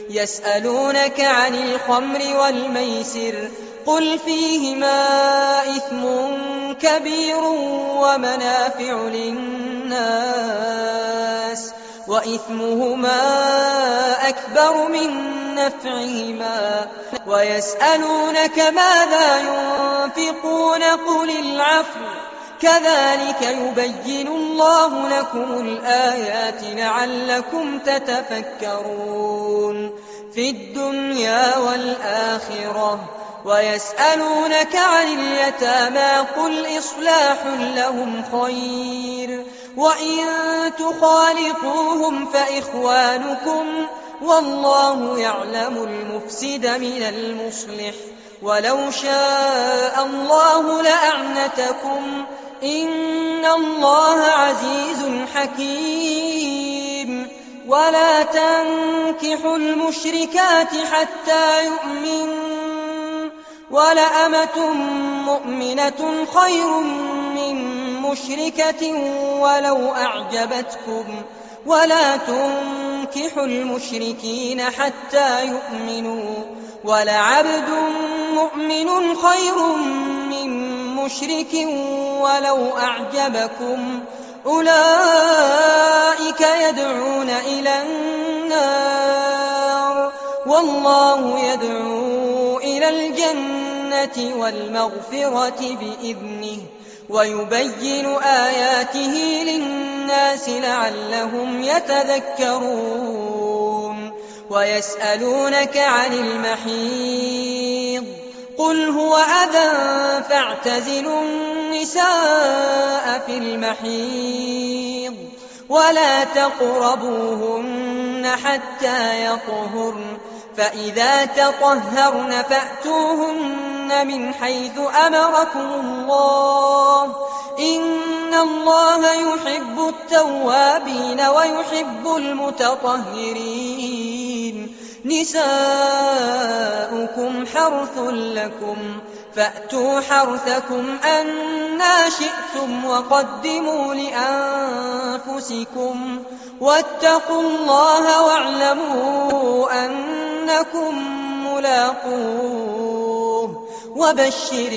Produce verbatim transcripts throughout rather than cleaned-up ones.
يسألونك عن الخمر والميسر قل فيهما إثم كبير ومنافع للناس وإثمهما أكبر من نفعهما ويسألونك ماذا ينفقون قل العفو كذلك يبين الله لكم الآيات لعلكم تتفكرون في الدنيا والآخرة ويسألونك عن اليتامى قل إصلاح لهم خير وإن تخالطوهم فإخوانكم والله يعلم المفسد من المصلح ولو شاء الله لأعنتكم إن الله عزيز حكيم ولا تنكحوا المشركات حتى يؤمنوا ولأمة مؤمنة خير من مشركة ولو أعجبتكم ولا تنكحوا المشركين حتى يؤمنوا ولعبد مؤمن خير من مشرك ولو أعجبكم أولئك يدعون إلى النار والله يدعو إلى الجنة والمغفرة بإذنه ويبين آياته للناس لعلهم يتذكرون ويسألونك عن المحيض قل هو أذى فاعتزلوا النساء في المحيض ولا تقربوهن حتى يطهرن فإذا تطهرن فأتوهن من حيث أمركم الله إن الله يحب التوابين ويحب المتطهرين نساؤكم حرث لكم فأتوا حرثكم أنى شئتم وقدموا لأنفسكم واتقوا الله واعلموا أنكم ملاقوه وبشر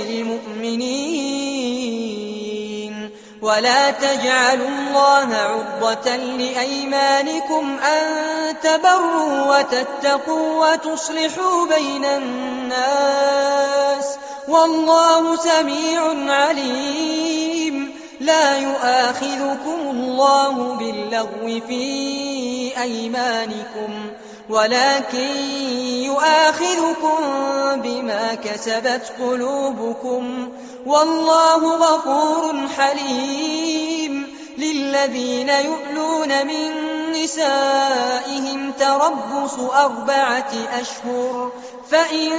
المؤمنين ولا تجعلوا الله عرضة لأيمانكم أن تبروا وتتقوا وتصلحوا بين الناس والله سميع عليم لا يؤاخذكم الله باللغو في أيمانكم ولكن يؤاخذكم بما كسبت قلوبكم والله غفور حليم للذين يؤلون من نسائهم تربص أربعة أشهر فإن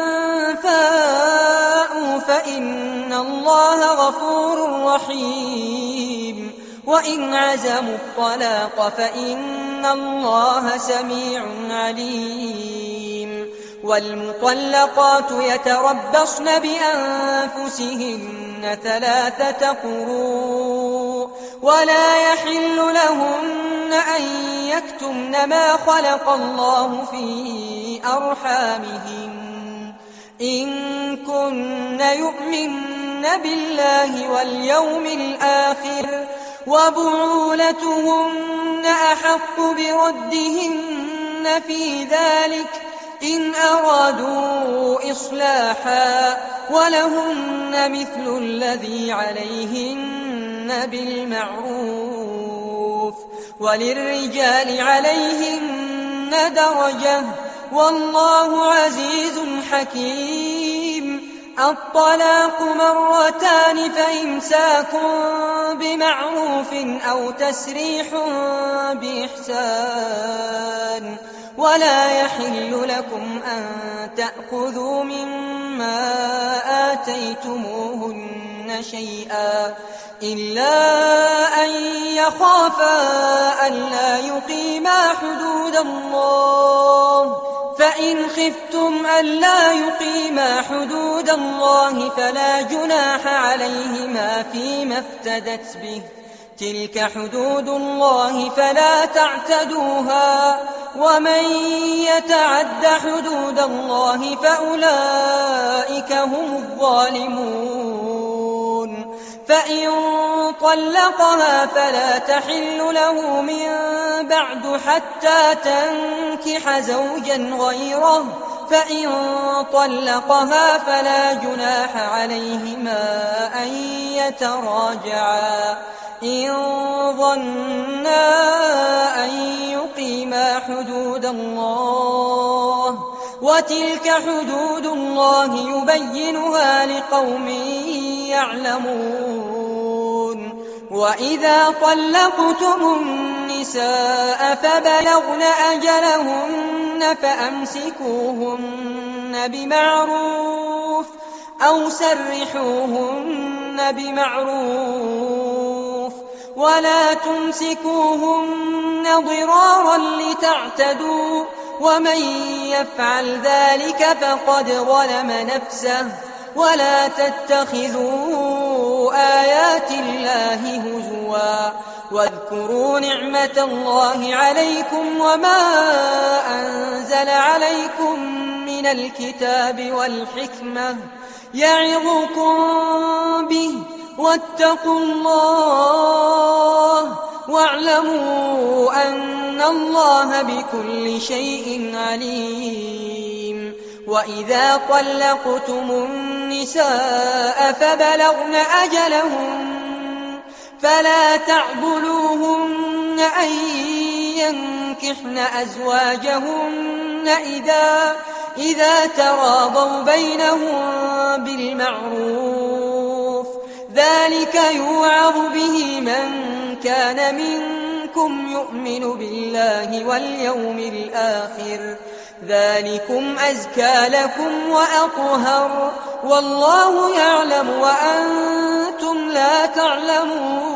فاءوا فإن الله غفور رحيم وإن عزموا الطلاق فإن الله سميع عليم والمطلقات يتربصن بأنفسهن ثلاثة قروء ولا يحل لهن أن يكتمن ما خلق الله في أرحامهن إن كن يؤمن بالله واليوم الآخر وبعولتهن أحق بردهن في ذلك إن أرادوا إصلاحا ولهن مثل الذي عليهن بالمعروف وللرجال عليهن درجة والله عزيز حكيم الطلاق مرتان فإمساك بمعروف أو تسريح بإحسان ولا يحل لكم أن تأخذوا مما آتيتموهن شيئا إلا أن يخافا ألا يقيما حدود الله فإن خفتم ألا يقيما حدود الله فلا جناح عليهما فيما افتدت به تلك حدود الله فلا تعتدوها ومن يتعد حدود الله فأولئك هم الظالمون. فإن طلقها فلا تحل له من بعد حتى تنكح زوجا غيره، فإن طلقها فلا جناح عليهما أن يتراجعا إن ظنا أن يقيما حدود الله، وتلك حدود الله يبينها لقوم يعلمون. وإذا طلقتم النساء فبلغن أجلهن فأمسكوهن بمعروف أو سرحوهن بمعروف، ولا تمسكوهن ضرارا لتعتدوا، ومن يفعل ذلك فقد ظلم نفسه. ولا تتخذوا آيات الله هزوا، واذكروا نعمة الله عليكم وما أنزل عليكم من الكتاب والحكمة يعظكم به، واتقوا الله واعلموا أن الله بكل شيء عليم. وإذا طلقتم النساء فبلغن أجلهن فلا تعضلوهن أن ينكحن أزواجهن إذا, إذا تراضوا بينهم بالمعروف، ذلك يوعظ به من كان منكم يؤمن بالله واليوم الآخر، ذلكم أزكى لكم وأطهر، والله يعلم وأنتم لا تعلمون.